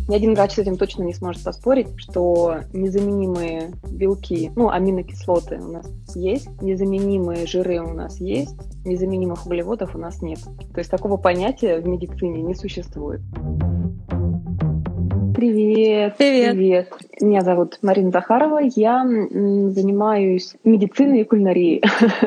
Ни один врач с этим точно не сможет поспорить, что незаменимые белки, аминокислоты у нас есть, незаменимые жиры у нас есть, незаменимых углеводов у нас нет. То есть такого понятия в медицине не существует. Привет! Привет! Меня зовут Марина Захарова. Я занимаюсь медициной и кулинарией.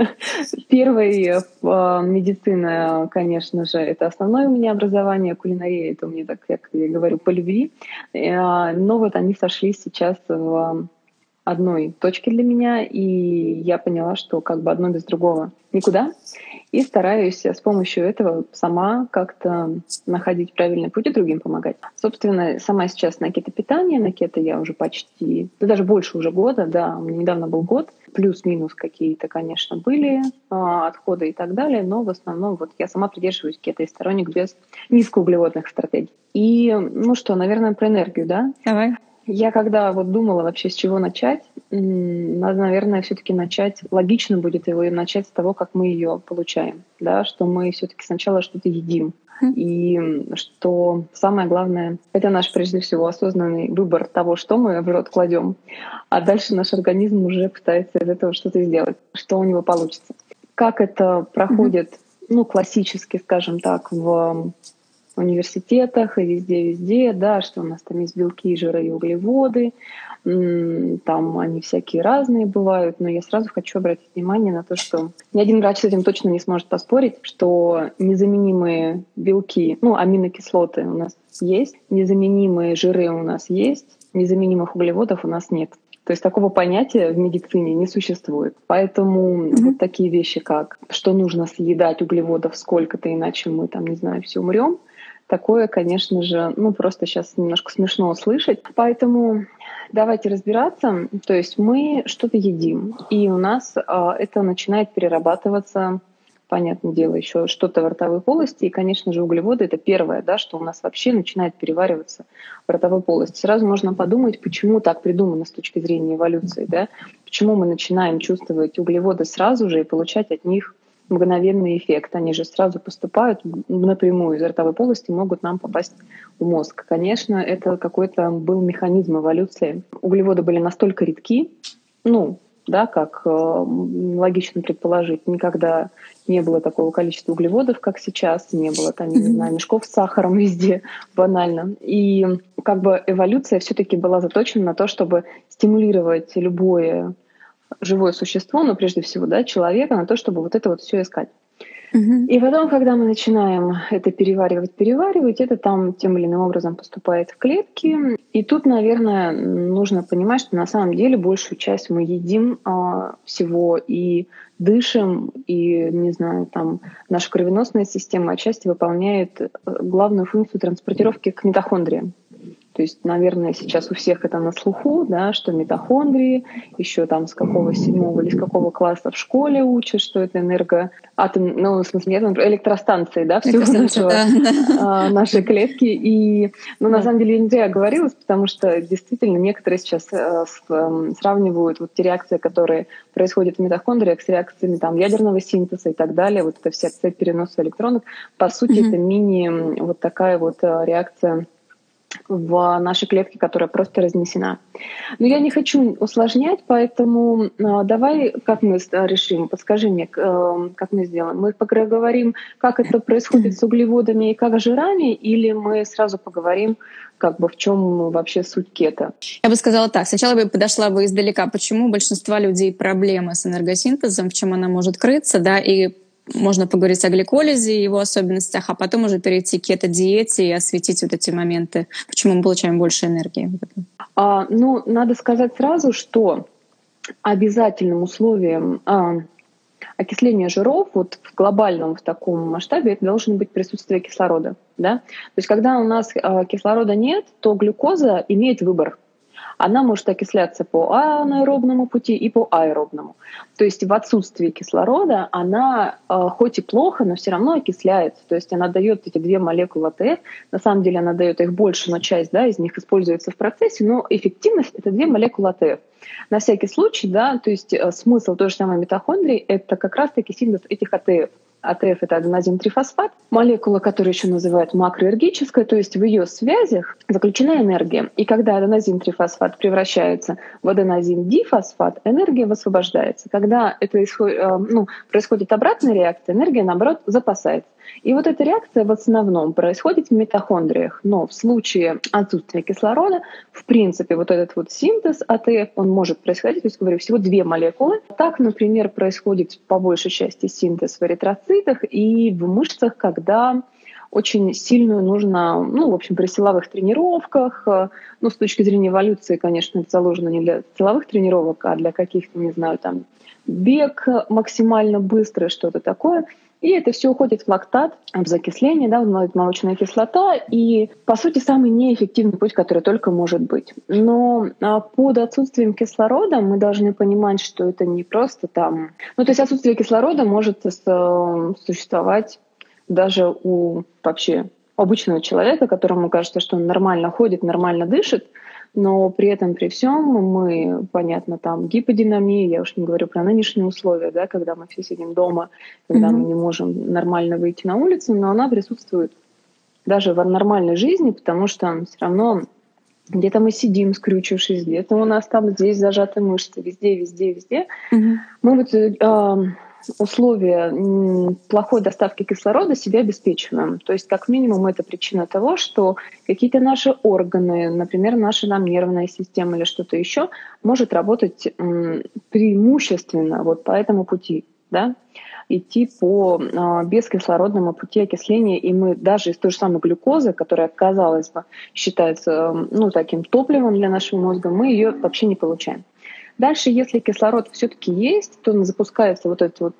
Первая медицина, конечно же, это основное у меня образование. Кулинария — это у меня, так как я говорю, по любви. Но вот они сошлись сейчас в одной точке для меня, и я поняла, что как бы одно без другого никуда. И стараюсь с помощью этого сама как-то находить правильный путь и другим помогать. Собственно, сама сейчас на кетопитании, на кето я уже почти, даже больше уже года, да, у меня недавно был год, плюс-минус какие-то, конечно, были отходы и так далее, но в основном вот я сама придерживаюсь кето и сторонник без низкоуглеводных стратегий. И, наверное, про энергию, да? Давай. Я когда вот думала вообще, с чего начать, надо, наверное, все-таки начать, логично будет его начать с того, как мы ее получаем, да, что мы все-таки сначала что-то едим. И что самое главное, это наш, прежде всего, осознанный выбор того, что мы в рот кладем, а дальше наш организм уже пытается из этого что-то сделать, что у него получится. Как это проходит, классически, скажем так, в университетах и везде, да, что у нас там есть белки, жиры и углеводы, там они всякие разные бывают, но я сразу хочу обратить внимание на то, что ни один врач с этим точно не сможет поспорить, что незаменимые белки, аминокислоты у нас есть, незаменимые жиры у нас есть, незаменимых углеводов у нас нет. То есть такого понятия в медицине не существует. Поэтому вот такие вещи, как что нужно съедать углеводов сколько-то, иначе мы там, не знаю, все умрем. Такое, конечно же, просто сейчас немножко смешно слышать. Поэтому давайте разбираться. То есть мы что-то едим, и у нас это начинает перерабатываться, понятное дело, еще что-то в ротовой полости. И, конечно же, углеводы — это первое, да, что у нас вообще начинает перевариваться в ротовой полости. Сразу можно подумать, почему так придумано с точки зрения эволюции, да? Почему мы начинаем чувствовать углеводы сразу же и получать от них мгновенный эффект. Они же сразу поступают напрямую из ротовой полости, могут нам попасть в мозг. Конечно, это какой-то был механизм эволюции. Углеводы были настолько редки, как логично предположить, никогда не было такого количества углеводов, как сейчас, не было там, не знаю, мешков с сахаром везде, банально. И как бы эволюция все-таки была заточена на то, чтобы стимулировать любое живое существо, но прежде всего, да, человека, на то, чтобы вот это вот все искать. И потом, когда мы начинаем это переваривать, это там тем или иным образом поступает в клетки. И тут, наверное, нужно понимать, что на самом деле большую часть мы едим всего и дышим, и, не знаю, там наша кровеносная система отчасти выполняет главную функцию транспортировки к митохондриям. То есть, наверное, сейчас у всех это на слуху, да, что митохондрии, еще там с какого 7 или с какого класса в школе учат, что это электростанции, да, всего нашей клетки. И, на самом деле, я не зря оговорилась, потому что действительно некоторые сейчас сравнивают вот те реакции, которые происходят в митохондриях, с реакциями там ядерного синтеза и так далее. Вот эта вся цепь переноса электронов, по сути, это вот такая вот реакция в нашей клетке, которая просто разнесена. Но я не хочу усложнять, поэтому давай, как мы решим, подскажи мне, как мы сделаем. Мы поговорим, как это происходит с углеводами и как с жирами, или мы сразу поговорим, в чем вообще суть кето? Я бы сказала так. Сначала бы подошла издалека. Почему у большинства людей проблемы с энергосинтезом, в чем она может крыться, да, и можно поговорить о гликолизе и его особенностях, а потом уже перейти к кето-диете и осветить вот эти моменты, почему мы получаем больше энергии. Надо сказать сразу, что обязательным условием окисления жиров вот в глобальном в таком масштабе это должно быть присутствие кислорода. Да? То есть когда у нас кислорода нет, то глюкоза имеет выбор. Она может окисляться по анаэробному пути и по аэробному. То есть в отсутствии кислорода она хоть и плохо, но все равно окисляется. То есть она дает эти 2 молекулы АТФ. На самом деле она дает их больше, но часть из них используется в процессе, но эффективность — это 2 молекулы АТФ. На всякий случай, да, то есть смысл той же самой митохондрии — это как раз-таки синтез этих АТФ. АТФ — это аденозин-трифосфат, молекула, которая еще называют макроэргическая, то есть в ее связях заключена энергия. И когда аденозин-трифосфат превращается в аденозин-дифосфат, энергия высвобождается. Когда это происходит обратная реакция, энергия, наоборот, запасается. И вот эта реакция в основном происходит в митохондриях. Но в случае отсутствия кислорода, в принципе, вот этот вот синтез АТФ, он может происходить, то есть, говорю, всего 2 молекулы. Так, например, происходит по большей части синтез в эритроцитах и в мышцах, когда очень сильную нужно, в общем, при силовых тренировках. С точки зрения эволюции, конечно, это заложено не для силовых тренировок, а для каких-то, не знаю, там, бег максимально быстрый, что-то такое. И это все уходит в лактат, в закисление, в молочная кислота. И, по сути, самый неэффективный путь, который только может быть. Но под отсутствием кислорода мы должны понимать, что это не просто там... то есть отсутствие кислорода может существовать даже у вообще обычного человека, которому кажется, что он нормально ходит, нормально дышит, но при этом, при всем мы, понятно, там гиподинамия, я уж не говорю про нынешние условия, когда мы все сидим дома, когда мы не можем нормально выйти на улицу, но она присутствует даже в нормальной жизни, потому что все равно где-то мы сидим, скрючившись, где-то у нас там здесь зажаты мышцы, везде. Мы условия плохой доставки кислорода себе обеспечиваем. То есть, как минимум, это причина того, что какие-то наши органы, например, наша нервная система или что-то еще, может работать преимущественно вот по этому пути, идти по бескислородному пути окисления. И мы даже из той же самой глюкозы, которая, казалось бы, считается таким топливом для нашего мозга, мы ее вообще не получаем. Дальше, если кислород все-таки есть, то запускается вот этот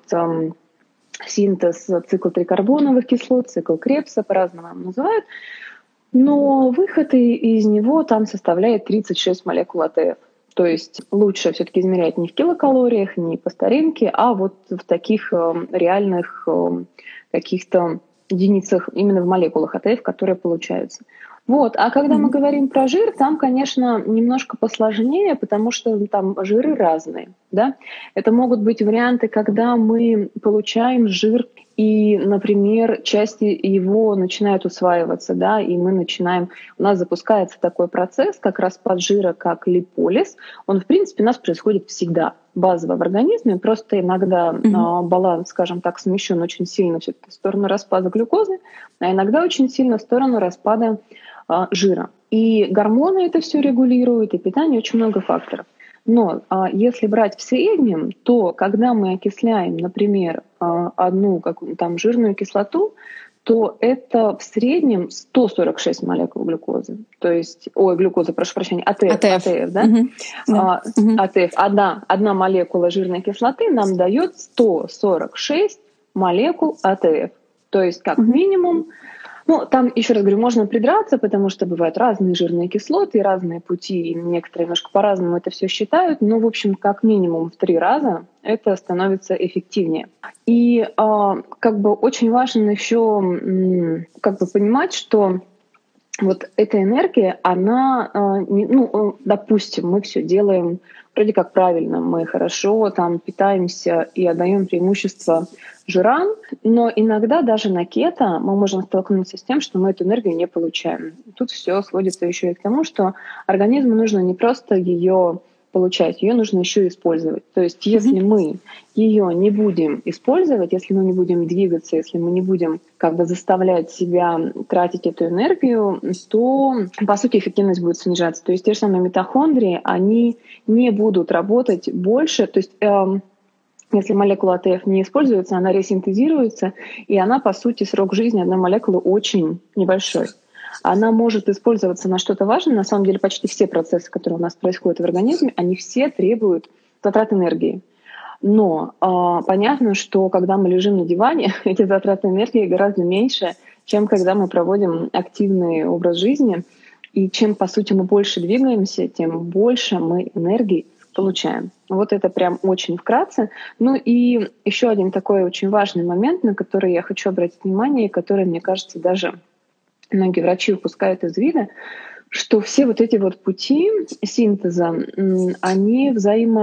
синтез цикла трикарбоновых кислот, цикл Кребса, по-разному его называют. Но выход из него там составляет 36 молекул АТФ. То есть лучше все-таки измерять не в килокалориях, не по старинке, а вот в таких реальных каких-то единицах, именно в молекулах АТФ, которые получаются. А когда мы говорим про жир, там, конечно, немножко посложнее, потому что там жиры разные. Это могут быть варианты, когда мы получаем жир, и, например, части его начинают усваиваться, и мы начинаем... У нас запускается такой процесс, как распад жира, как липолиз. Он, в принципе, у нас происходит всегда базово в организме, просто иногда баланс, скажем так, смещен очень сильно в сторону распада глюкозы, а иногда очень сильно в сторону распада жира. И гормоны это все регулируют, и питание, очень много факторов. Но если брать в среднем, то когда мы окисляем, например, одну жирную кислоту, то это в среднем 146 молекул глюкозы. То есть, АТФ, АТФ. Одна молекула жирной кислоты нам дает 146 молекул АТФ. То есть, как минимум, там, еще раз говорю, можно придраться, потому что бывают разные жирные кислоты, разные пути, и некоторые немножко по-разному это все считают, но, в общем, как минимум в 3 раза это становится эффективнее. И очень важно еще понимать, что вот эта энергия, она, допустим, мы все делаем вроде как правильно, мы хорошо там питаемся и отдаем преимущество жирам, но иногда даже на кето мы можем столкнуться с тем, что мы эту энергию не получаем. Тут все сводится еще и к тому, что организму нужно не просто ее получать, ее нужно еще использовать. То есть если мы ее не будем использовать, если мы не будем двигаться, если мы не будем заставлять себя тратить эту энергию, то, по сути, эффективность будет снижаться. То есть те же самые митохондрии, они не будут работать больше. То есть если молекула АТФ не используется, она ресинтезируется, и она, по сути, срок жизни одной молекулы очень небольшой. Она может использоваться на что-то важное. На самом деле почти все процессы, которые у нас происходят в организме, они все требуют затрат энергии. Но понятно, что когда мы лежим на диване, эти затраты энергии гораздо меньше, чем когда мы проводим активный образ жизни. И чем, по сути, мы больше двигаемся, тем больше мы энергии получаем. Вот это прям очень вкратце. И еще один такой очень важный момент, на который я хочу обратить внимание, и который, мне кажется, даже многие врачи упускают из вида, что все вот эти вот пути синтеза, они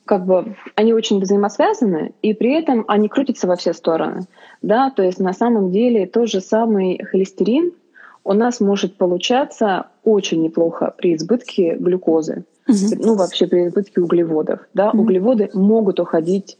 как бы они очень взаимосвязаны, и при этом они крутятся во все стороны. Да? То есть на самом деле тот же самый холестерин у нас может получаться очень неплохо при избытке глюкозы, ну вообще при избытке углеводов. Да? Углеводы могут уходить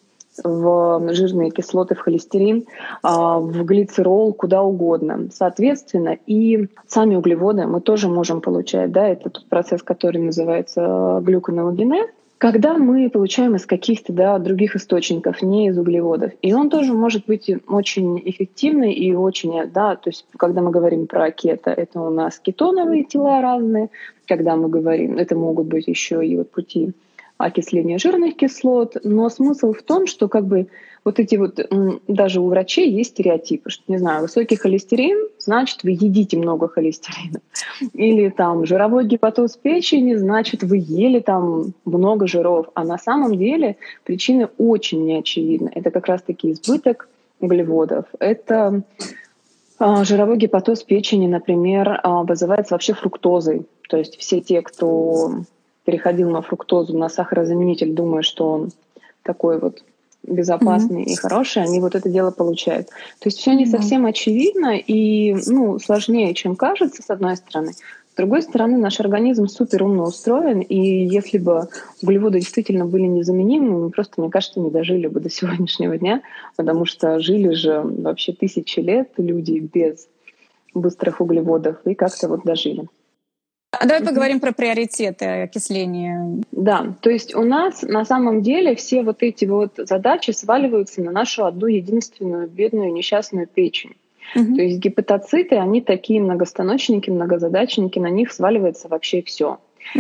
в жирные кислоты, в холестерин, в глицерол, куда угодно. Соответственно, и сами углеводы мы тоже можем получать. Да? Это тот процесс, который называется глюконеогенез, когда мы получаем из каких-то других источников, не из углеводов. И он тоже может быть очень эффективный и очень, то есть когда мы говорим про кето, это у нас кетоновые тела разные. Когда мы говорим, это могут быть еще и пути окисления жирных кислот. Но смысл в том, что вот эти даже у врачей есть стереотипы, что, не знаю, высокий холестерин, значит, вы едите много холестерина. Или там жировой гепатоз печени, значит, вы ели там много жиров. А на самом деле причины очень неочевидны. Это как раз-таки избыток углеводов. Это жировой гепатоз печени, например, вызывается вообще фруктозой. То есть все те, кто переходил на фруктозу, на сахарозаменитель, думая, что он такой безопасный и хороший, они это дело получают. То есть все не совсем очевидно и сложнее, чем кажется, с одной стороны. С другой стороны, наш организм супер умно устроен, и если бы углеводы действительно были незаменимыми, мы просто, мне кажется, не дожили бы до сегодняшнего дня, потому что жили же вообще тысячи лет люди без быстрых углеводов и как-то дожили. А давай поговорим про приоритеты окисления. Да, то есть у нас на самом деле все эти задачи сваливаются на нашу одну единственную бедную несчастную печень. То есть гепатоциты, они такие многостаночники, многозадачники, на них сваливается вообще все.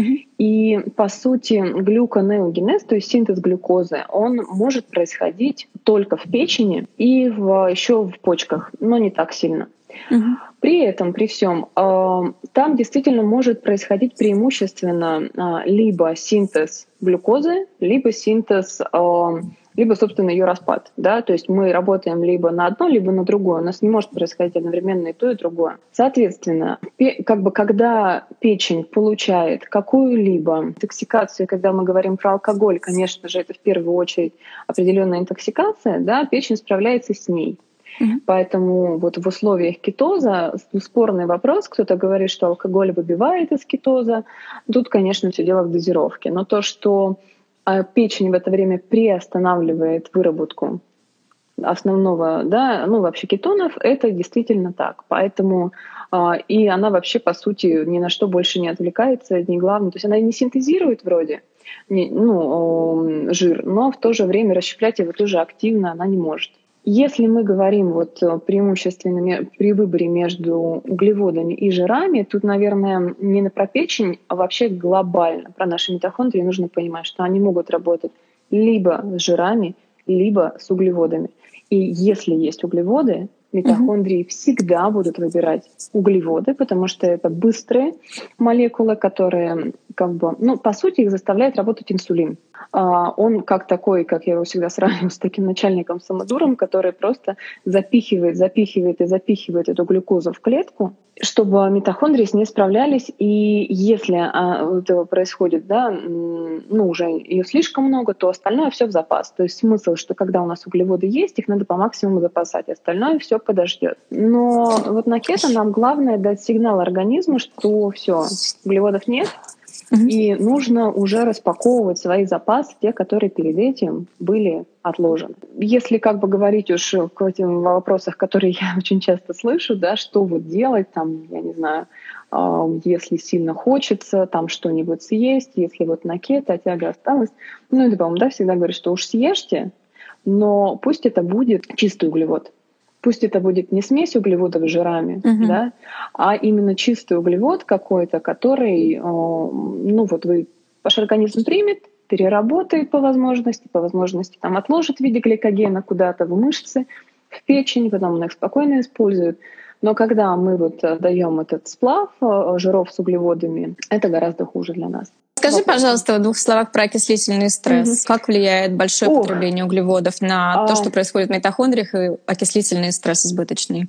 И по сути глюконеогенез, то есть синтез глюкозы, он может происходить только в печени и еще в почках, но не так сильно. При этом, при всем, там действительно может происходить преимущественно либо синтез глюкозы, либо синтез, либо, собственно, ее распад. Да? То есть мы работаем либо на одно, либо на другое. У нас не может происходить одновременно и то, и другое. Соответственно, когда печень получает какую-либо интоксикацию, когда мы говорим про алкоголь, конечно же, это в первую очередь определенная интоксикация, да, печень справляется с ней. Поэтому в условиях кетоза спорный вопрос. Кто-то говорит, что алкоголь выбивает из кетоза. Тут, конечно, все дело в дозировке. Но то, что печень в это время приостанавливает выработку основного, вообще кетонов, это действительно так. Поэтому и она вообще, по сути, ни на что больше не отвлекается, не главное. То есть она не синтезирует вроде жир, но в то же время расщеплять его тоже активно она не может. Если мы говорим преимущественно при выборе между углеводами и жирами, тут, наверное, не про печень, а вообще глобально про наши митохондрии нужно понимать, что они могут работать либо с жирами, либо с углеводами. И если есть углеводы, митохондрии всегда будут выбирать углеводы, потому что это быстрые молекулы, которые по сути их заставляет работать инсулин. Он как такой, как я его всегда сравниваю с таким начальником-самодуром, который просто запихивает эту глюкозу в клетку, чтобы митохондрии с ней справлялись. И если это происходит, уже ее слишком много, то остальное все в запас. То есть смысл, что когда у нас углеводы есть, их надо по максимуму запасать, остальное все подождет. Но на кето нам главное дать сигнал организму, что все, углеводов нет, и нужно уже распаковывать свои запасы, те, которые перед этим были отложены. Если говорить уж к этим вопросах, которые я очень часто слышу, что делать, я не знаю, если сильно хочется, что-нибудь съесть, если на кето, тяга осталась. Это, по-моему, всегда говорят, что уж съешьте, но пусть это будет чистый углевод. Пусть это будет не смесь углеводов с жирами, а именно чистый углевод какой-то, который ваш организм примет, переработает по возможности отложит в виде гликогена куда-то в мышцы, в печень, потом он их спокойно использует. Но когда мы даем этот сплав жиров с углеводами, это гораздо хуже для нас. Скажи, пожалуйста, в двух словах про окислительный стресс. Как влияет большое потребление углеводов на то, что происходит в митохондриях, и окислительный стресс избыточный?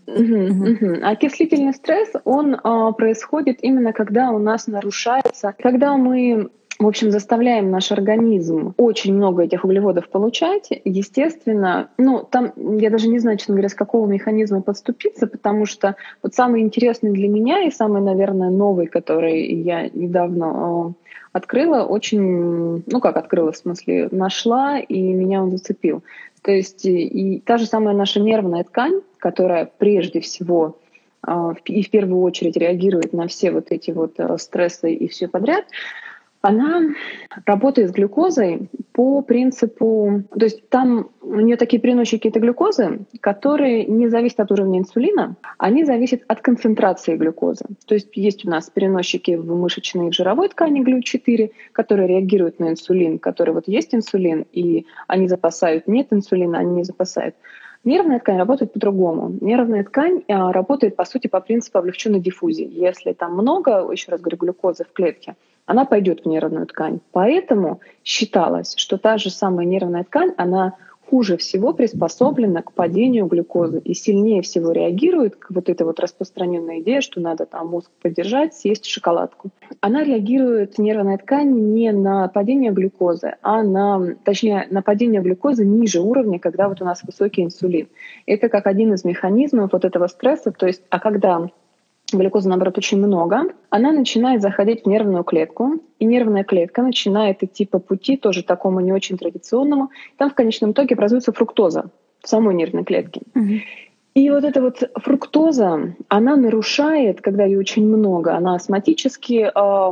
Окислительный стресс, он происходит именно когда у нас нарушается, когда мы в общем, заставляем наш организм очень много этих углеводов получать, естественно, там я даже не знаю, честно говоря, с какого механизма подступиться, потому что вот самый интересный для меня и самый, наверное, новый, который я недавно открыла, открыла, в смысле, нашла, и меня он зацепил. То есть и та же самая наша нервная ткань, которая прежде всего и в первую очередь реагирует на все вот эти вот стрессы и все подряд, она работает с глюкозой по принципу, то есть там у нее такие переносчики этой глюкозы, которые не зависят от уровня инсулина, они зависят от концентрации глюкозы. То есть у нас переносчики в мышечной и в жировой ткани GLUT4, которые реагируют на инсулин, который вот есть инсулин, и они запасают, нет инсулина, они не запасают. Нервная ткань работает по-другому. Нервная ткань работает, по сути, по принципу облегченной диффузии. Если там много, еще раз говорю, глюкозы в клетке, она пойдет в нервную ткань. Поэтому считалось, что та же самая нервная ткань, она хуже всего приспособлена к падению глюкозы и сильнее всего реагирует к вот этой вот распространенной идее, что надо там мозг поддержать, съесть шоколадку. Она реагирует, нервная ткань, не на падение глюкозы, а на падение глюкозы ниже уровня, когда вот у нас высокий инсулин. Это как один из механизмов вот этого стресса. То есть, когда глюкозы, наоборот, очень много, она начинает заходить в нервную клетку, и нервная клетка начинает идти по пути, тоже такому не очень традиционному. Там в конечном итоге образуется фруктоза в самой нервной клетке. И вот эта вот фруктоза, она нарушает, когда ее очень много, она астматически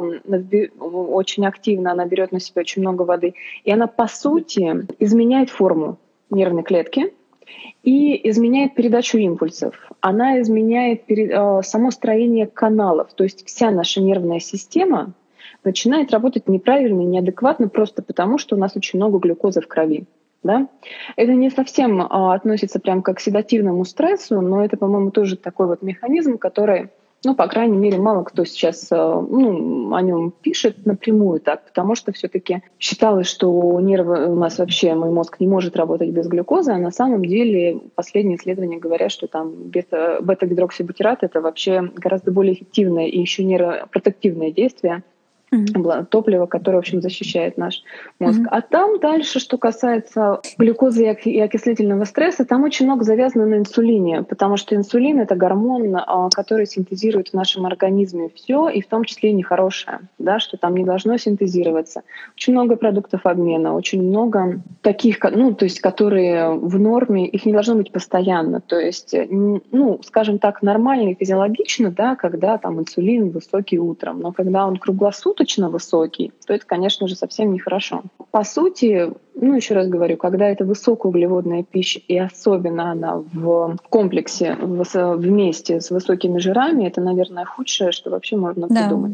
очень активно, она берет на себя очень много воды, и она, по сути, изменяет форму нервной клетки, и изменяет передачу импульсов. Она изменяет само строение каналов. То есть вся наша нервная система начинает работать неправильно и неадекватно просто потому, что у нас очень много глюкозы в крови. Да? Это не совсем относится прям как к седативному стрессу, но это, по-моему, тоже такой вот механизм, который, по крайней мере, мало кто сейчас о нем пишет напрямую так, потому что все-таки считалось, что нервы у нас вообще, мой мозг не может работать без глюкозы, а на самом деле последние исследования говорят, что там бета-гидроксибутират — это вообще гораздо более эффективное и еще нейропротективное действие, топливо, которое, в общем, защищает наш мозг. А там дальше, что касается глюкозы и окислительного стресса, там очень много завязано на инсулине, потому что инсулин — это гормон, который синтезирует в нашем организме все, и в том числе и нехорошее, да, что там не должно синтезироваться. Очень много продуктов обмена, очень много таких, то есть, которые в норме, их не должно быть постоянно. То есть, скажем так, нормально и физиологично, да, когда там инсулин высокий утром, но когда он круглосуточно высокий, то это, конечно же, совсем нехорошо. По сути, еще раз говорю, когда это высокоуглеводная пища, и особенно она в комплексе, вместе с высокими жирами, это, наверное, худшее, что вообще можно придумать.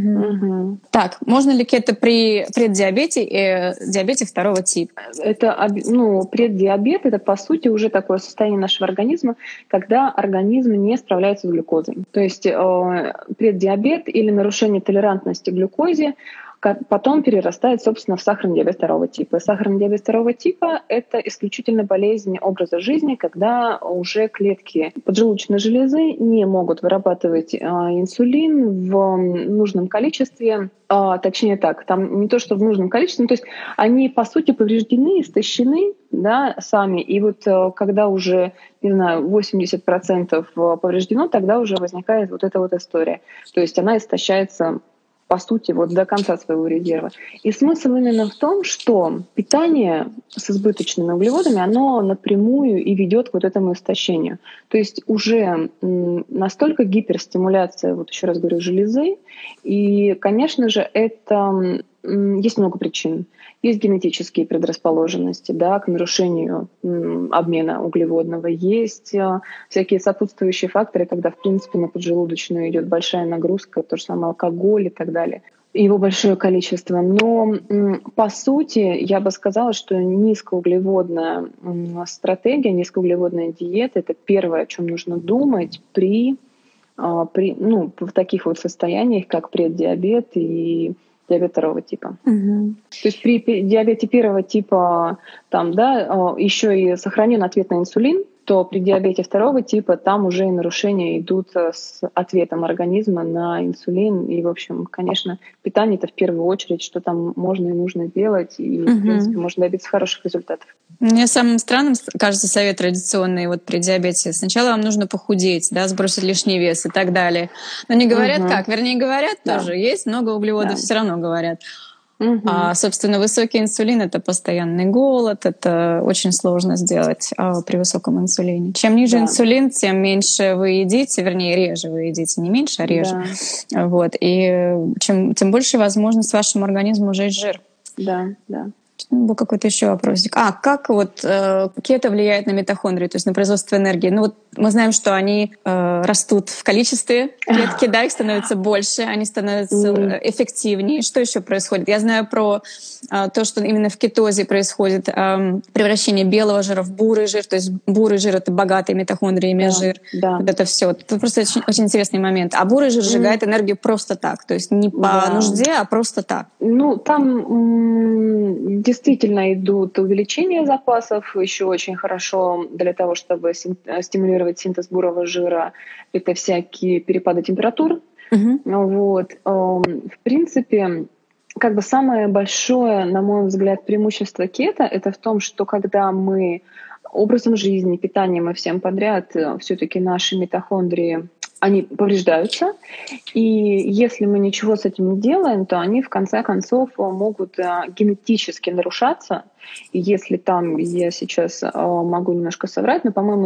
Так, можно ли кето при преддиабете и диабете второго типа? Это, преддиабет — это, по сути, уже такое состояние нашего организма, когда организм не справляется с глюкозой. То есть преддиабет или нарушение толерантности к глюкозе потом перерастает, собственно, в сахарный диабет второго типа. Сахарный диабет второго типа — это исключительно болезнь образа жизни, когда уже клетки поджелудочной железы не могут вырабатывать инсулин в нужном количестве. Точнее так, там не то, что в нужном количестве, то есть они, по сути, повреждены, истощены, да, сами. И вот когда уже, 80% повреждено, тогда уже возникает вот эта вот история. То есть она истощается, по сути, вот до конца своего резерва. И смысл именно в том, что питание с избыточными углеводами, оно напрямую и ведет к вот этому истощению. То есть уже настолько гиперстимуляция, вот еще раз говорю, железы. И, конечно же, это есть много причин. Есть генетические предрасположенности, да, к нарушению обмена углеводного. Есть всякие сопутствующие факторы, когда, в принципе, на поджелудочную идет большая нагрузка, то же самое алкоголь и так далее. Его большое количество. Но, по сути, я бы сказала, что низкоуглеводная стратегия, низкоуглеводная диета — это первое, о чем нужно думать в таких вот состояниях, как преддиабет и диабет второго типа. То есть при диабете первого типа еще и сохранен ответ на инсулин, то при диабете второго типа там уже и нарушения идут с ответом организма на инсулин. И, в общем, конечно, питание — это в первую очередь, что там можно и нужно делать, и, в принципе, можно добиться хороших результатов. Мне самым странным кажется совет традиционный вот при диабете. Сначала вам нужно похудеть, да, сбросить лишний вес и так далее. Но не говорят как, вернее, говорят тоже. Есть много углеводов, все равно говорят. А, собственно, высокий инсулин — это постоянный голод, это очень сложно сделать при высоком инсулине. Чем ниже инсулин, тем меньше вы едите, вернее, реже вы едите, не меньше, а реже. Вот. И тем больше возможность вашему организму сжечь жир. Да. Был какой-то еще вопросик. Как вот кето влияет на митохондрии, то есть на производство энергии? Ну вот мы знаем, что они растут в количестве клетки, да, их становится больше, они становятся эффективнее. Что еще происходит? Я знаю про то, что именно в кетозе происходит превращение белого жира в бурый жир, то есть бурый жир — это богатый митохондриями жир. Вот это все. Это просто очень, очень интересный момент. А бурый жир сжигает энергию просто так, то есть не по нужде, а просто так. Ну, там действительно идут увеличения запасов, еще очень хорошо для того, чтобы стимулировать синтез бурого жира. Это всякие перепады температур. Вот. В принципе, как бы самое большое, на мой взгляд, преимущество кето — это в том, что когда мы образом жизни, питанием и всем подряд, все-таки наши митохондрии, они повреждаются, и если мы ничего с этим не делаем, то они в конце концов могут генетически нарушаться. И если там, я сейчас могу немножко соврать, но, по-моему,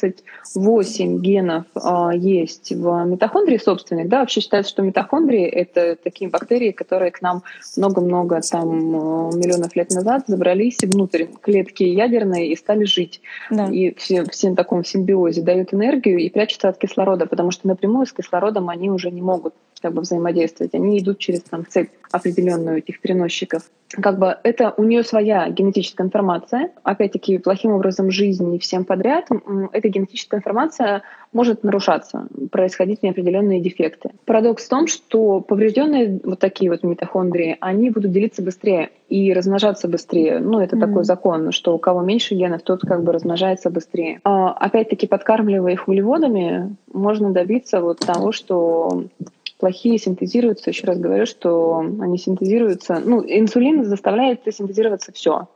38 генов есть в митохондрии собственных. Да, вообще считается, что митохондрии — это такие бактерии, которые к нам много-много там миллионов лет назад забрались внутрь клетки ядерной и стали жить. И все в таком симбиозе дают энергию и прячутся от кислорода, потому что напрямую с кислородом они уже не могут как бы взаимодействовать. Они идут через там цепь определенную этих переносчиков. Как бы это у нее своя генетическая информация. Опять-таки, плохим образом жизни всем подряд эта генетическая информация может нарушаться, происходить неопределенные дефекты. Парадокс в том, что поврежденные вот такие вот митохондрии, они будут делиться быстрее и размножаться быстрее. Ну, это такой закон, что у кого меньше генов, тот как бы размножается быстрее. Опять-таки, подкармливая их углеводами, можно добиться вот того, что плохие синтезируются. Еще раз говорю, что они синтезируются. Ну, инсулин заставляет синтезироваться все.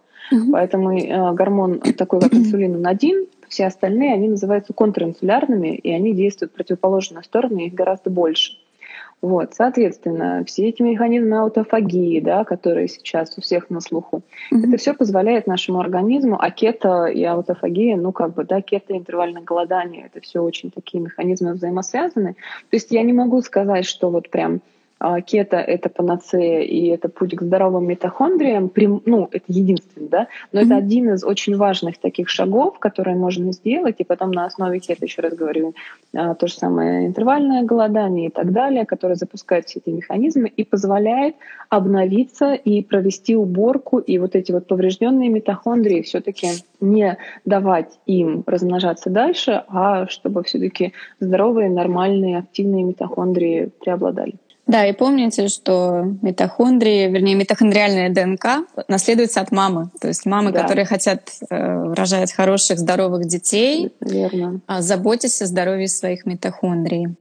Поэтому гормон такой, как инсулин, он один. Все остальные, они называются контринсулярными, и они действуют в противоположную сторону, их гораздо больше. Вот, соответственно, все эти механизмы аутофагии, да, которые сейчас у всех на слуху, это все позволяет нашему организму, а кето и аутофагия, ну как бы, да, кето и интервальное голодание, это все очень такие механизмы взаимосвязаны. То есть я не могу сказать, что вот прям кето — это панацея и это путь к здоровым митохондриям, ну, это единственный, да, но это один из очень важных таких шагов, которые можно сделать, и потом на основе кето, еще раз говорю, то же самое интервальное голодание и так далее, которое запускает все эти механизмы и позволяет обновиться и провести уборку, и вот эти вот поврежденные митохондрии все-таки не давать им размножаться дальше, а чтобы все-таки здоровые, нормальные, активные митохондрии преобладали. Да, и помните, что митохондрии, вернее, митохондриальная ДНК наследуется от мамы. То есть мамы, которые хотят рожать хороших, здоровых детей, заботьтесь о здоровье своих митохондрий.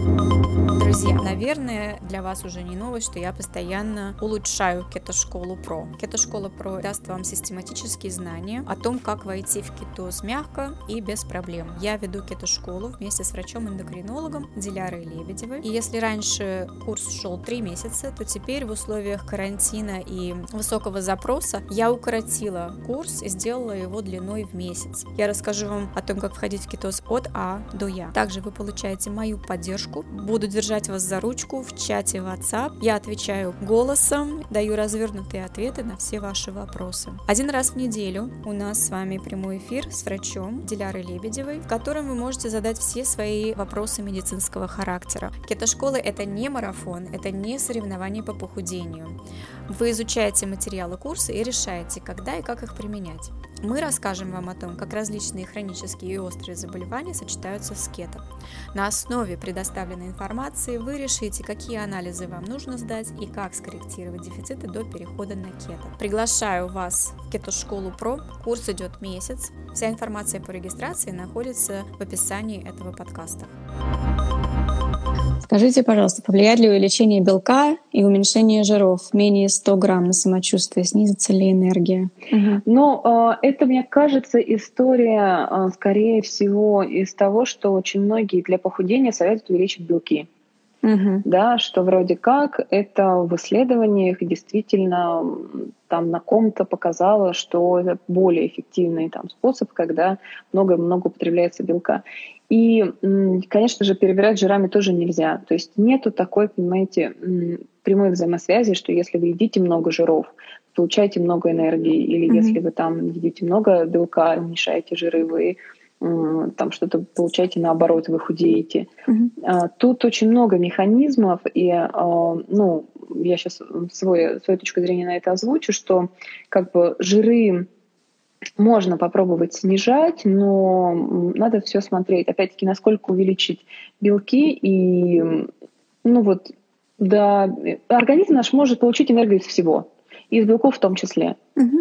Друзья, наверное, для вас уже не новость, что я постоянно улучшаю Кето-школу Про. Кето-школа Про даст вам систематические знания о том, как войти в кетоз мягко и без проблем. Я веду Кето-школу вместе с врачом-эндокринологом Дилярой Лебедевой. И если раньше курс шел 3 месяца, то теперь в условиях карантина и высокого запроса я укоротила курс и сделала его длиной в месяц. Я расскажу вам о том, как входить в кетоз от А до Я. Также вы получаете мою поддержку. Буду держать вас за ручку в чате WhatsApp. Я отвечаю голосом, даю развернутые ответы на все ваши вопросы. 1 раз в неделю у нас с вами прямой эфир с врачом Дилярой Лебедевой, в котором вы можете задать все свои вопросы медицинского характера. Кето-школа — это не марафон, это не соревнование по похудению. Вы изучаете материалы курса и решаете, когда и как их применять. Мы расскажем вам о том, как различные хронические и острые заболевания сочетаются с кето. На основе предоставленной информации вы решите, какие анализы вам нужно сдать и как скорректировать дефициты до перехода на кето. Приглашаю вас в Кето-школу Про. Курс идет месяц. Вся информация по регистрации находится в описании этого подкаста. Скажите, пожалуйста, повлияет ли увеличение белка и уменьшение жиров менее 100 грамм на самочувствие? Снизится ли энергия? Ну, это, мне кажется, история, скорее всего, из того, что очень многие для похудения советуют увеличить белки. Да, что вроде как это в исследованиях действительно там на ком-то показало, что это более эффективный там способ, когда много-много употребляется белка. И, конечно же, перебирать жирами тоже нельзя. То есть нету такой, понимаете, прямой взаимосвязи, что если вы едите много жиров, получаете много энергии, или если вы там едите много белка, уменьшаете жиры, вы там что-то получаете, наоборот, вы худеете. Тут очень много механизмов, и ну, я сейчас свою точку зрения на это озвучу, что как бы жиры можно попробовать снижать, но надо все смотреть. Опять-таки, насколько увеличить белки, и ну вот, да, организм наш может получить энергию из всего, из белков в том числе.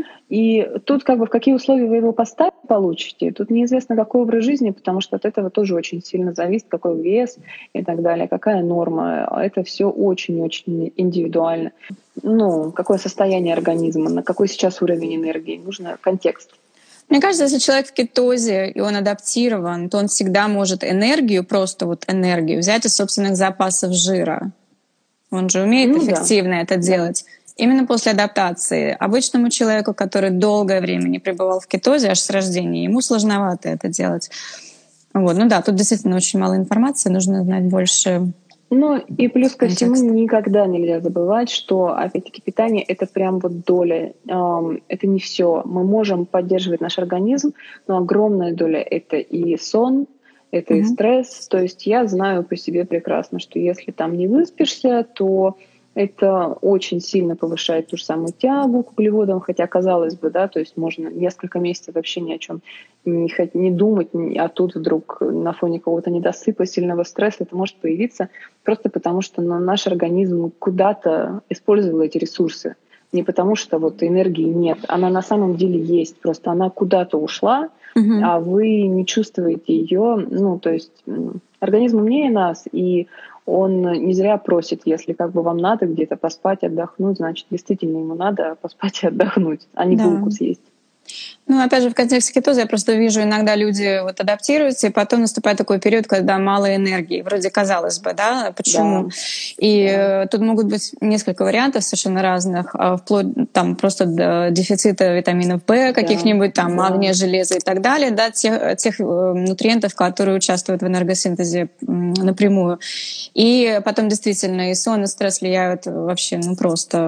И тут как бы в какие условия вы его поставите, получите. Тут неизвестно, какой образ жизни, потому что от этого тоже очень сильно зависит, какой вес и так далее, какая норма. Это все очень-очень индивидуально. Ну, какое состояние организма, на какой сейчас уровень энергии. Нужно контекст. Мне кажется, если человек в кетозе, и он адаптирован, то он всегда может энергию, просто вот энергию, взять из собственных запасов жира. Он же умеет эффективно это делать. Именно после адаптации. Обычному человеку, который долгое время не пребывал в кетозе, аж с рождения, ему сложновато это делать. Вот. Ну да, тут действительно очень мало информации, нужно знать больше. Ну и плюс ко всему никогда нельзя забывать, что, опять-таки, питание — это прям вот доля, это не все. Мы можем поддерживать наш организм, но огромная доля — это и сон, это и стресс. То есть я знаю по себе прекрасно, что если там не выспишься, то это очень сильно повышает ту же самую тягу к углеводам, хотя, казалось бы, да, то есть можно несколько месяцев вообще ни о чем не думать, а тут вдруг на фоне какого-то недосыпа, сильного стресса это может появиться просто потому, что наш организм куда-то использовал эти ресурсы. Не потому, что вот энергии нет, она на самом деле есть, просто она куда-то ушла, а вы не чувствуете ее. Ну, то есть организм умнее нас, и он не зря просит, если как бы вам надо где-то поспать, отдохнуть, значит, действительно ему надо поспать и отдохнуть, а не булку съесть. Ну, опять же, в контексте кетоза я просто вижу, иногда люди вот адаптируются, и потом наступает такой период, когда мало энергии. Вроде казалось бы, да, почему? Да. И тут могут быть несколько вариантов совершенно разных, вплоть там просто до дефицита витаминов В, каких-нибудь там магния, железа и так далее, да, тех нутриентов, которые участвуют в энергосинтезе напрямую. И потом действительно и сон, и стресс влияют вообще, ну, просто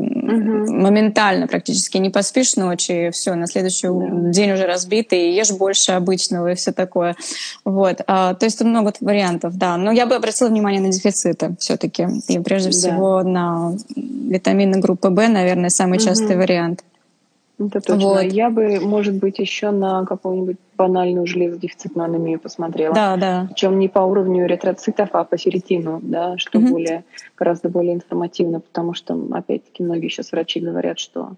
моментально практически. Не поспишь ночью, и все, на следующий день уже разбитый, и ешь больше обычного и все такое. Вот. То есть тут много вариантов, да. Но я бы обратила внимание на дефициты все-таки. И прежде всего на витамины группы В, наверное, самый частый вариант. Это точно. Вот. Я бы, может быть, еще на какую-нибудь банальную железодефицитную анемию посмотрела. Да. Причем не по уровню эритроцитов, а по ферритину, да, что гораздо более информативно, потому что, опять-таки, многие сейчас врачи говорят, что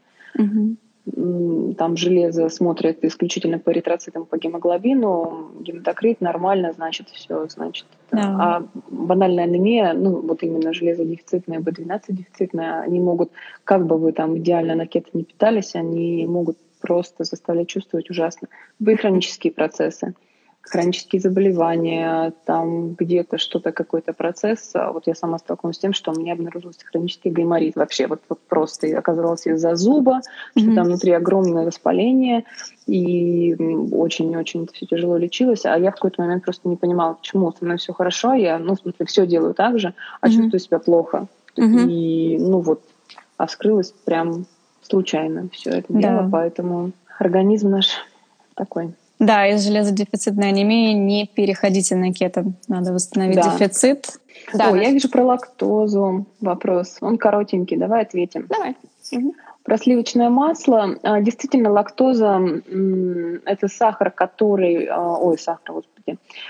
там железо смотрят исключительно по эритроцитам, по гемоглобину, гематокрит нормально, значит, все, значит. Да. А банальная анемия, ну, вот именно железодефицитная, B12-дефицитная, они могут, как бы вы там идеально на кето не питались, они могут просто заставлять чувствовать ужасно. Были хронические процессы, хронические заболевания, там где-то что-то, какой-то процесс. Вот я сама столкнулась с тем, что у меня обнаружился хронический гайморит вообще. Вот просто оказалось из-за зуба, что там внутри огромное воспаление, и очень-очень это все тяжело лечилось. А я в какой-то момент просто не понимала, почему со мной все хорошо, я, ну, в смысле, все делаю так же, а чувствую себя плохо. И, ну вот, а вскрылось прям случайно все это дело, поэтому организм наш такой. Да, из железодефицитной анемии не переходите на кето. Надо восстановить дефицит. Да, я вижу про лактозу вопрос. Он коротенький, давай ответим. Давай. Про сливочное масло. Действительно, лактоза — это сахар, который...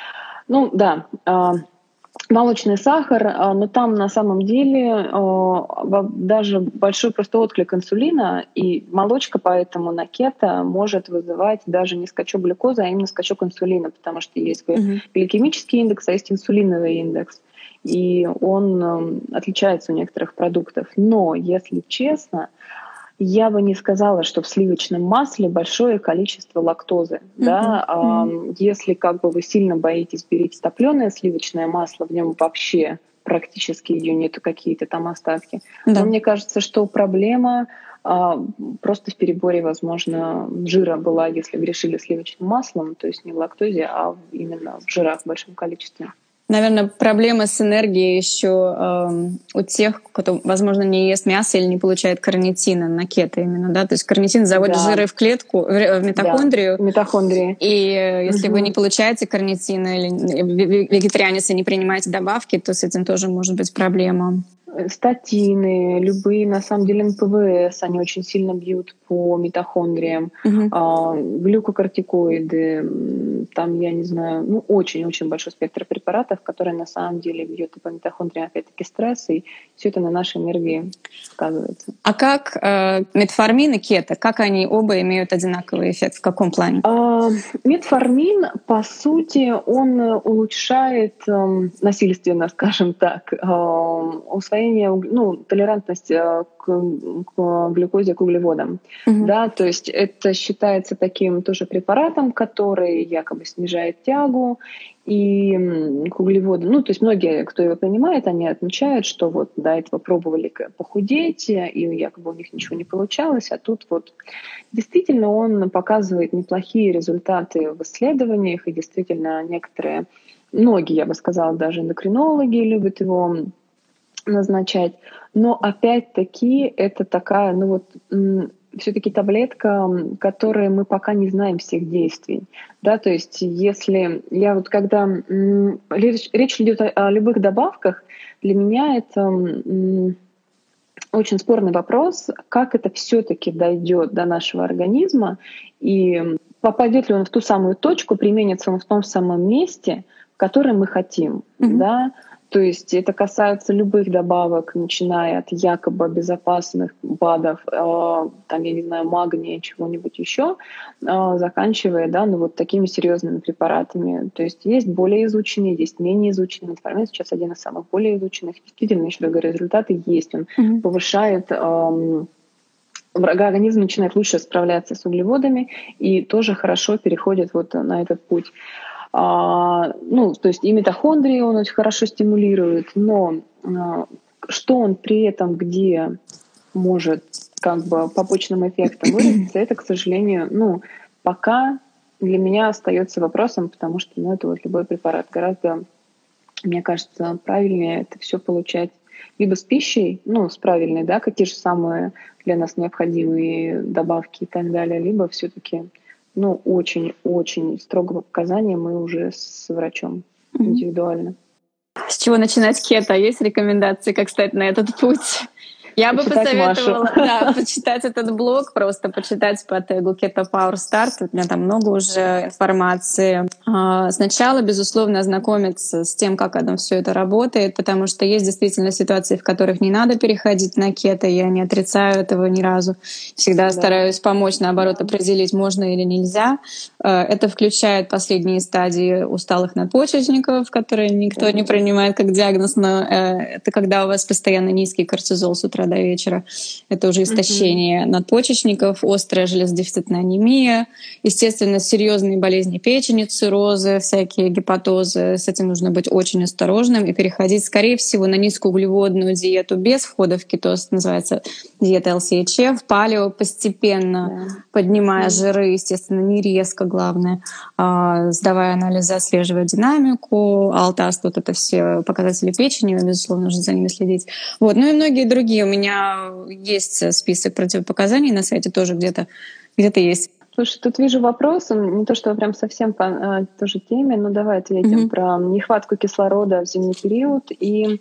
Ну да, молочный сахар, но там на самом деле даже большой просто отклик инсулина, и молочка поэтому на кето может вызывать даже не скачок глюкозы, а именно скачок инсулина, потому что есть гликемический индекс, а есть инсулиновый индекс, и он отличается у некоторых продуктов. Но, если честно, я бы не сказала, что в сливочном масле большое количество лактозы. Да? Если как бы вы сильно боитесь, берите топленое сливочное масло, в нем вообще практически ее нету, какие-то там остатки. Да. Но мне кажется, что проблема просто в переборе, возможно, жира была, если грешили сливочным маслом, то есть не в лактозе, а именно в жирах в большом количестве. Наверное, проблема с энергией еще у тех, кто, возможно, не ест мясо или не получает карнитина на кето именно, да? То есть карнитин заводит жиры в клетку, в митохондрию. Да, митохондрии. И если вы не получаете карнитина или вегетарианец и не принимаете добавки, то с этим тоже может быть проблема. Статины, любые, на самом деле, НПВС, они очень сильно бьют по митохондриям, глюкокортикоиды, там, я не знаю, ну, очень-очень большой спектр препаратов, которые на самом деле бьют и по митохондриям, опять-таки, стресс, и все это на нашей энергии сказывается. А как метформин и кето, как они оба имеют одинаковый эффект, в каком плане? Метформин, по сути, он улучшает насильственно, скажем так, усвоение, ну, толерантность к глюкозе, к углеводам. Да, то есть это считается таким тоже препаратом, который якобы снижает тягу и к углеводам. Ну, то есть многие, кто его принимает, они отмечают, что вот до этого пробовали похудеть, и якобы у них ничего не получалось, а тут вот действительно он показывает неплохие результаты в исследованиях, и действительно многие, я бы сказала, даже эндокринологи любят его назначать. Но опять-таки это такая, ну вот, все-таки таблетка, которой мы пока не знаем всех действий. Да, то есть если когда речь идет о любых добавках, для меня это очень спорный вопрос, как это все-таки дойдет до нашего организма и попадет ли он в ту самую точку, применится он в том самом месте, в котором мы хотим. Да? То есть это касается любых добавок, начиная от якобы безопасных БАДов, там, я не знаю, магния, чего-нибудь еще, заканчивая, да, ну вот такими серьезными препаратами. То есть есть более изученные, есть менее изученные. Метформин сейчас один из самых более изученных. Действительно, еще раз говорю, результаты есть. Он повышает организм начинает лучше справляться с углеводами и тоже хорошо переходит вот на этот путь. Ну, то есть и митохондрии он очень хорошо стимулирует, но что он при этом где может как бы побочным эффектом выразиться, это, к сожалению, ну, пока для меня остается вопросом, потому что, ну, это вот любой препарат гораздо, мне кажется, правильнее это все получать либо с пищей, ну, с правильной, да, какие же самые для нас необходимые добавки и так далее, либо все-таки ну, очень-очень строгого показания мы уже с врачом индивидуально. С чего начинать кето? Есть рекомендации, как стать на этот путь? Я бы посоветовала почитать этот блог, просто почитать по тегу Keto Power Start. У меня там много уже информации. Сначала, безусловно, ознакомиться с тем, как оно все это работает, потому что есть действительно ситуации, в которых не надо переходить на кето. Я не отрицаю этого ни разу. Всегда стараюсь помочь, наоборот, определить, можно или нельзя. Это включает последние стадии усталых надпочечников, которые никто не принимает как диагноз, но это когда у вас постоянно низкий кортизол с утра до вечера. Это уже истощение надпочечников, острая железодефицитная анемия, естественно, серьезные болезни печени, циррозы, всякие гепатозы. С этим нужно быть очень осторожным и переходить, скорее всего, на низкоуглеводную диету без входа в кетоз, называется диета LCHF, палео, постепенно поднимая жиры, естественно, не резко, главное, сдавая анализы, отслеживая динамику, алтаст, вот это все показатели печени, безусловно, нужно за ними следить. Вот. Ну и многие другие. У меня есть список противопоказаний на сайте, тоже где-то есть. Слушай, тут вижу вопрос, не то что прям совсем по той же теме, но давай ответим про нехватку кислорода в зимний период и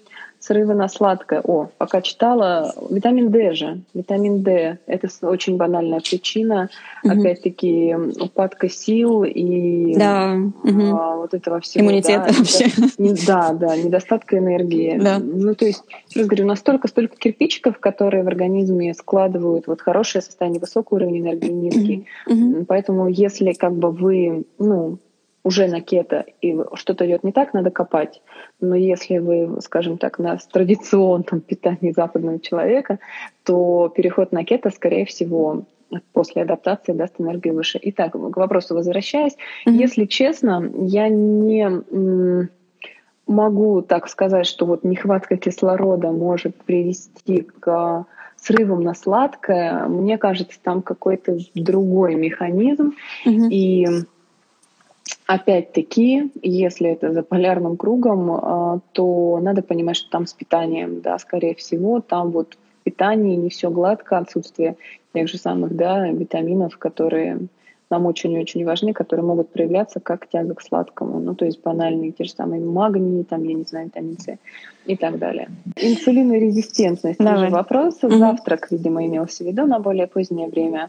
Срывы на сладкое. Пока читала, витамин D же. Витамин D — это очень банальная причина. Опять-таки, упадка сил и вот этого всего. Иммунитета вообще. Недостатка энергии. Да. Ну, то есть, еще раз говорю, столько кирпичиков, которые в организме складывают вот хорошее состояние, высокий уровень энергии, низкий. Поэтому если как бы вы, уже на кето и что-то идет не так, надо копать. Но если вы, скажем так, на традиционном питании западного человека, то переход на кето, скорее всего, после адаптации даст энергию выше. Итак, к вопросу возвращаясь, если честно, я не могу так сказать, что вот нехватка кислорода может привести к срывам на сладкое. Мне кажется, там какой-то другой механизм. И опять-таки, если это за полярным кругом, то надо понимать, что там с питанием, да, скорее всего, там вот в питании не все гладко, отсутствие тех же самых, да, витаминов, которые нам очень-очень важны, которые могут проявляться как тяга к сладкому. Ну, то есть банальные те же самые магний, там, я не знаю, витамин С и так далее. Инсулинорезистентность — тоже вопрос. Завтрак, видимо, имелся в виду на более позднее время.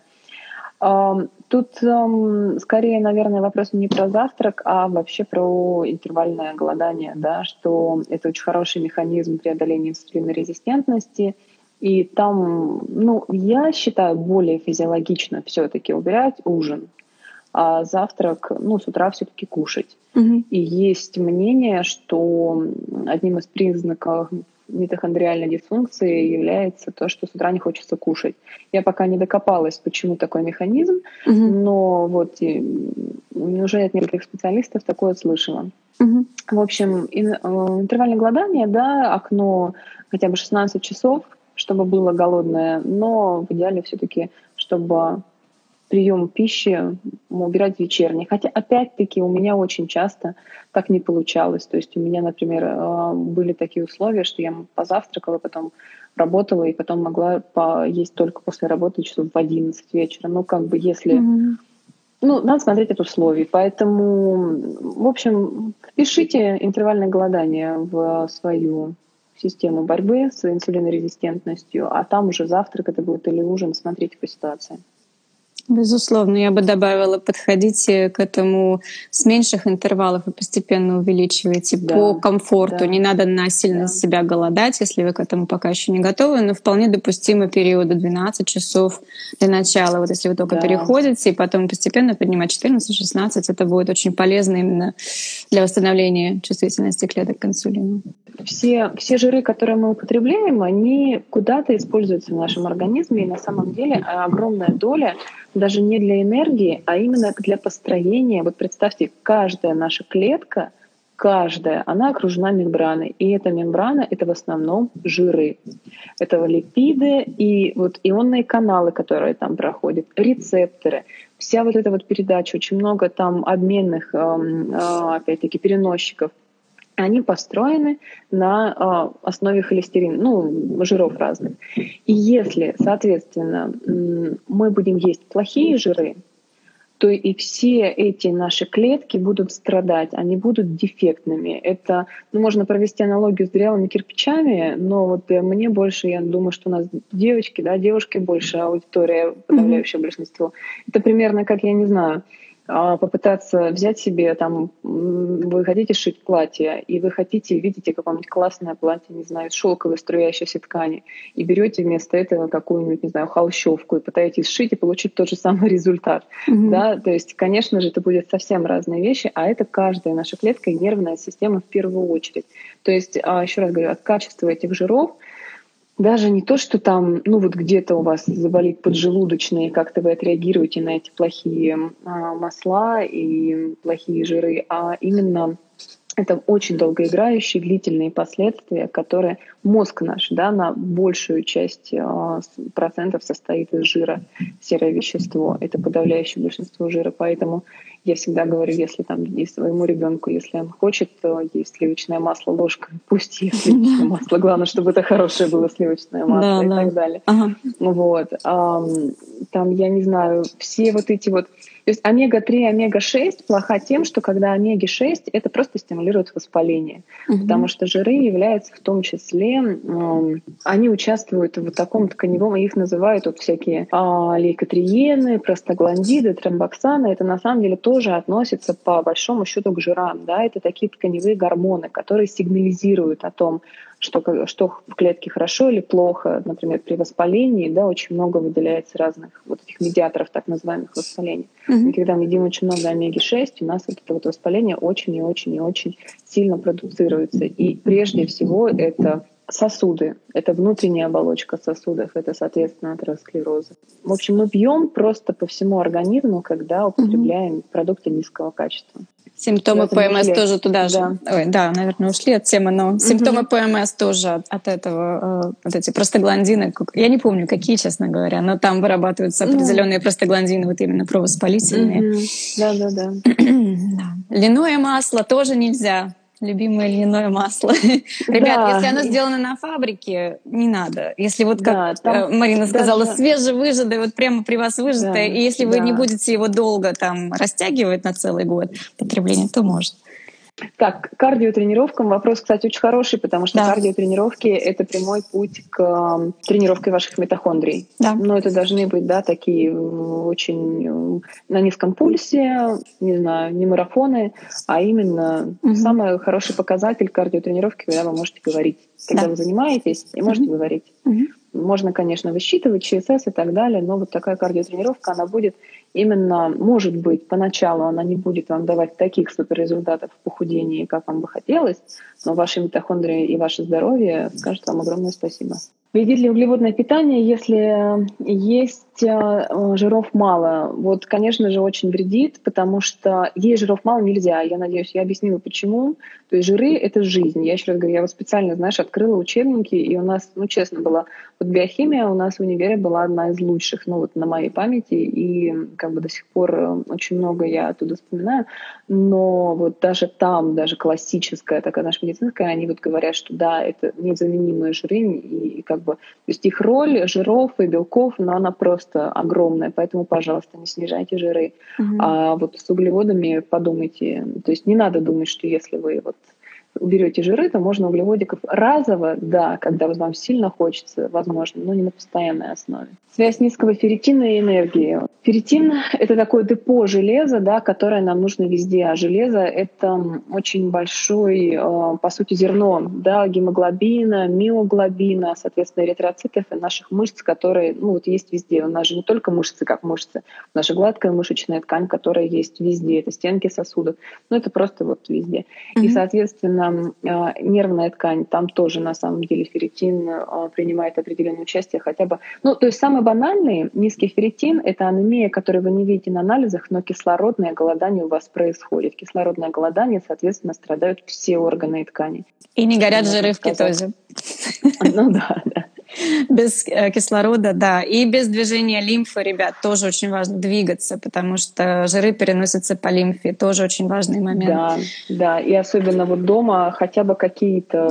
Тут скорее, наверное, вопрос не про завтрак, а вообще про интервальное голодание, да, что это очень хороший механизм преодоления инсулинорезистентности. И там, я считаю, более физиологично все-таки убирать ужин, а завтрак, с утра все-таки кушать. И есть мнение, что одним из признаков митохондриальной дисфункции является то, что с утра не хочется кушать. Я пока не докопалась, почему такой механизм, но вот уже от нескольких специалистов такое слышала. В общем, интервальное голодание, да, окно хотя бы 16 часов, чтобы было голодное, но в идеале все-таки, чтобы прием пищи убирать вечерний. Хотя, опять-таки, у меня очень часто так не получалось. То есть у меня, например, были такие условия, что я позавтракала, потом работала, и потом могла поесть только после работы часов в 11 вечера. Если... надо смотреть от условий. Поэтому, в общем, впишите интервальное голодание в свою систему борьбы с инсулинорезистентностью, а там уже завтрак это будет или ужин, смотрите по ситуации. Безусловно, я бы добавила, подходите к этому с меньших интервалов и постепенно увеличивайте по комфорту. Не надо насильно себя голодать, если вы к этому пока еще не готовы, но вполне допустимы периоды 12 часов для начала. Вот если вы только переходите, и потом постепенно поднимать 14-16, это будет очень полезно именно для восстановления чувствительности клеток к инсулину. Все жиры, которые мы употребляем, они куда-то используются в нашем организме, и на самом деле огромная доля даже не для энергии, а именно для построения. Вот представьте, каждая наша клетка, она окружена мембраной. И эта мембрана — это в основном жиры. Это липиды и вот ионные каналы, которые там проходят, рецепторы. Вся вот эта вот передача, очень много там обменных, опять-таки, переносчиков. Они построены на основе холестерина, жиров разных. И если, соответственно, мы будем есть плохие жиры, то и все эти наши клетки будут страдать, они будут дефектными. Это, можно провести аналогию с дырявыми кирпичами, но вот мне больше, я думаю, что у нас девушки больше, аудитория, подавляющее большинство. Это примерно как, я не знаю, попытаться взять себе, вы хотите шить платье, и вы видите какое-нибудь классное платье, не знаю, из шелковой струящейся ткани, и берете вместо этого какую-нибудь, не знаю, холщовку и пытаетесь сшить и получить тот же самый результат. Да? То есть, конечно же, это будет совсем разные вещи, а это каждая наша клетка и нервная система в первую очередь. То есть, еще раз говорю, от качества этих жиров даже не то, что там, где-то у вас заболит поджелудочная, и как-то вы отреагируете на эти плохие масла и плохие жиры, а именно это очень долгоиграющие, длительные последствия, которые мозг наш, на большую часть процентов состоит из жира, серое вещество. Это подавляющее большинство жира. Поэтому Я всегда говорю, если там есть своему ребенку, если он хочет есть сливочное масло ложкой, пусть ест сливочное масло. Главное, чтобы это хорошее было сливочное масло и так далее. Вот. Там, я не знаю, все вот эти вот... То есть омега-3, омега-6 плоха тем, что когда омеги-6, это просто стимулирует воспаление. Потому что жиры являются в том числе... они участвуют в таком тканевом, их называют вот всякие лейкотриены, простагландиды, тромбоксаны. Это на самом деле тоже относится по большому счету к жирам. Да? Это такие тканевые гормоны, которые сигнализируют о том, что в клетке хорошо или плохо. Например, при воспалении, да, очень много выделяется разных вот этих медиаторов, так называемых воспалений. И когда мы едим очень много омеги-6, у нас вот это вот воспаление очень и очень и очень сильно продуцируется. И прежде всего это сосуды, это внутренняя оболочка сосудов, это, соответственно, атеросклерозы. В общем, мы пьем просто по всему организму, когда употребляем продукты низкого качества. Симптомы ПМС тоже туда же. Ой, да, наверное, ушли от темы, но симптомы ПМС тоже от этого, вот эти простагландины. Я не помню, какие, честно говоря, но там вырабатываются определенные простагландины, вот именно провоспалительные. Да. Льняное масло тоже нельзя. Любимое льняное масло. Ребят, если оно сделано на фабрике, не надо. Если вот как Марина сказала, свежевыжатое, вот прямо при вас выжатое, и если вы не будете его долго там растягивать на целый год потребления, то можно. Так, к кардиотренировкам вопрос, кстати, очень хороший, потому что кардиотренировки — это прямой путь к тренировке ваших митохондрий. Но это должны быть, такие очень на низком пульсе, не знаю, не марафоны, а именно самый хороший показатель кардиотренировки, когда вы можете говорить. Когда вы занимаетесь и можете говорить. Можно, конечно, высчитывать ЧСС и так далее, но вот такая кардиотренировка, она будет именно, может быть, поначалу она не будет вам давать таких суперрезультатов в похудении, как вам бы хотелось, но ваши митохондрии и ваше здоровье скажут вам огромное спасибо. Едит ли углеводное питание, если есть жиров мало? Вот, конечно же, очень вредит, потому что есть жиров мало нельзя. Я надеюсь, я объяснила, почему. То есть жиры — это жизнь. Я еще раз говорю, я вот специально, открыла учебники, и у нас, честно, была вот биохимия у нас в универе была одна из лучших, вот на моей памяти, и до сих пор очень много я оттуда вспоминаю. Но вот даже там, даже классическая такая наша медицинская, они вот говорят, что да, это незаменимые жиры, и то есть их роль жиров и белков, но она просто огромная, поэтому, пожалуйста, не снижайте жиры. А вот с углеводами подумайте, то есть не надо думать, что если вы уберете жиры, то можно углеводиков разово, когда вам сильно хочется, возможно, но не на постоянной основе. Связь низкого ферритина и энергии. Ферритин — это такое депо железа, которое нам нужно везде, а железо — это очень большой, по сути, зерно, гемоглобина, миоглобина, соответственно, эритроцитов и наших мышц, которые, есть везде. У нас же не только мышцы, как мышцы, у нас же гладкая мышечная ткань, которая есть везде, это стенки сосудов, это просто везде. И, соответственно, нервная ткань, там тоже на самом деле ферритин принимает определенное участие хотя бы. То есть самый банальный низкий ферритин — это анемия, которую вы не видите на анализах, но кислородное голодание у вас происходит. Кислородное голодание, соответственно, страдают все органы и ткани. И не горят жиры в кетозе. Да. Без кислорода, да. И без движения лимфы, ребят, тоже очень важно двигаться, потому что жиры переносятся по лимфе. Тоже очень важный момент. Да. И особенно дома хотя бы какие-то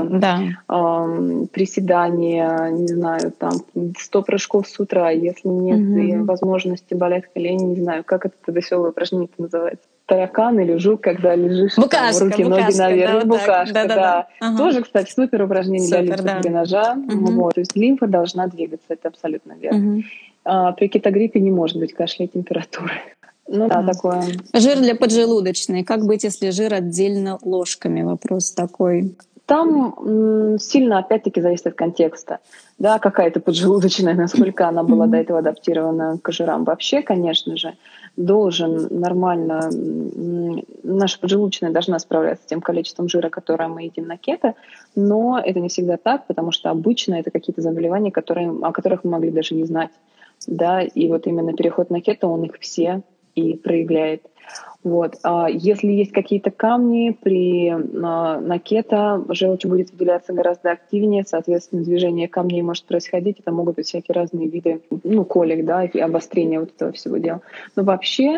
приседания, не знаю, 100 прыжков с утра. Если нет возможности, болят колени, не знаю, как это веселое упражнение называется. Таракан или жук, когда лежишь, руки, ноги наверх, букашка, Тоже, кстати, супер упражнение для лимфодренажа. То есть лимфа должна двигаться, это абсолютно верно. При кетогриппе не может быть кашля и температуры. Такое. Жир для поджелудочной. Как быть, если жир отдельно ложками? Вопрос такой. Там сильно, опять-таки, зависит от контекста. Какая-то поджелудочная, насколько она была до этого адаптирована к жирам. Вообще, конечно же, должен нормально, наша поджелудочная должна справляться с тем количеством жира, которое мы едим на кето, но это не всегда так, потому что обычно это какие-то заболевания, о которых мы могли даже не знать. И именно переход на кето, он их все и проявляет. А если есть какие-то камни, на кето желчь будет выделяться гораздо активнее, соответственно, движение камней может происходить. Это могут быть всякие разные виды колик, и обострения этого всего дела. Но вообще,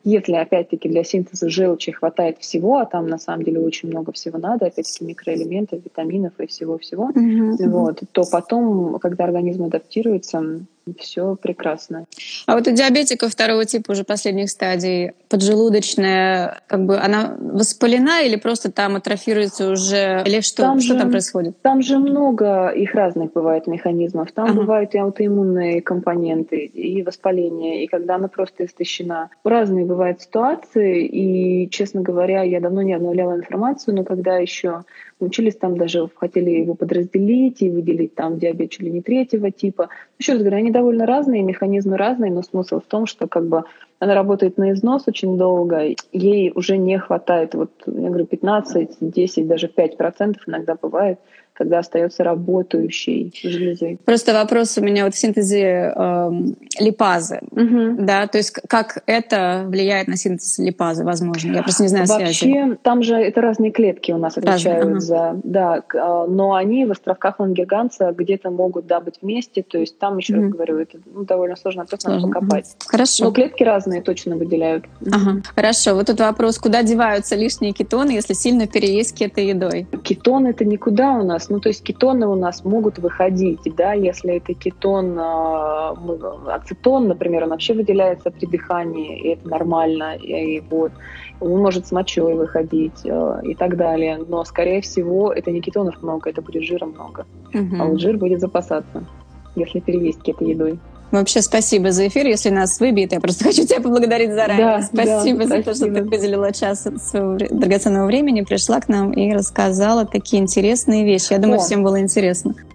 Если, опять-таки, для синтеза желчи хватает всего, а там на самом деле очень много всего надо, опять-таки микроэлементов, витаминов и всего-всего, вот, то потом, когда организм адаптируется, все прекрасно. А вот у диабетиков второго типа уже последних стадий поджелудочная, как бы она воспалена или просто там атрофируется уже, или что там происходит? Там же много их разных бывает механизмов. Там бывают и аутоиммунные компоненты, и воспаление, и когда она просто истощена. Разные бывают ситуации, и, честно говоря, я давно не обновляла информацию, но когда еще учились, там даже хотели его подразделить и выделить там диабет чуть ли не третьего типа. Еще раз говорю, они довольно разные, механизмы разные, но смысл в том, что как бы она работает на износ очень долго, ей уже не хватает, вот я говорю, 15, 10, даже 5% иногда бывает, когда остается работающей железой. Просто вопрос у меня вот в синтезе липазы, да, то есть как это влияет на синтез липазы, возможно, я просто не знаю связи. Вообще, там же это разные клетки у нас отвечают за, да, но они в островках Лангерганса где-то могут, да, быть вместе, то есть там, еще раз говорю, это довольно сложно, просто надо покопать. Хорошо. Но клетки разные точно выделяют. Хорошо, вот тут вопрос, куда деваются лишние кетоны, если сильно переесть кето-едой? Кетоны — это никуда у нас. Ну, то есть кетоны у нас могут выходить, да, если это кетон, ацетон, например, он вообще выделяется при дыхании, и это нормально, и вот, он может с мочой выходить и так далее, но, скорее всего, это не кетонов много, это будет жира много, а вот жир будет запасаться, если переесть кето-едой. Вообще, спасибо за эфир. Если нас выбьет, я просто хочу тебя поблагодарить заранее. Спасибо за то, что ты выделила час своего драгоценного времени, пришла к нам и рассказала такие интересные вещи. Я думаю, всем было интересно.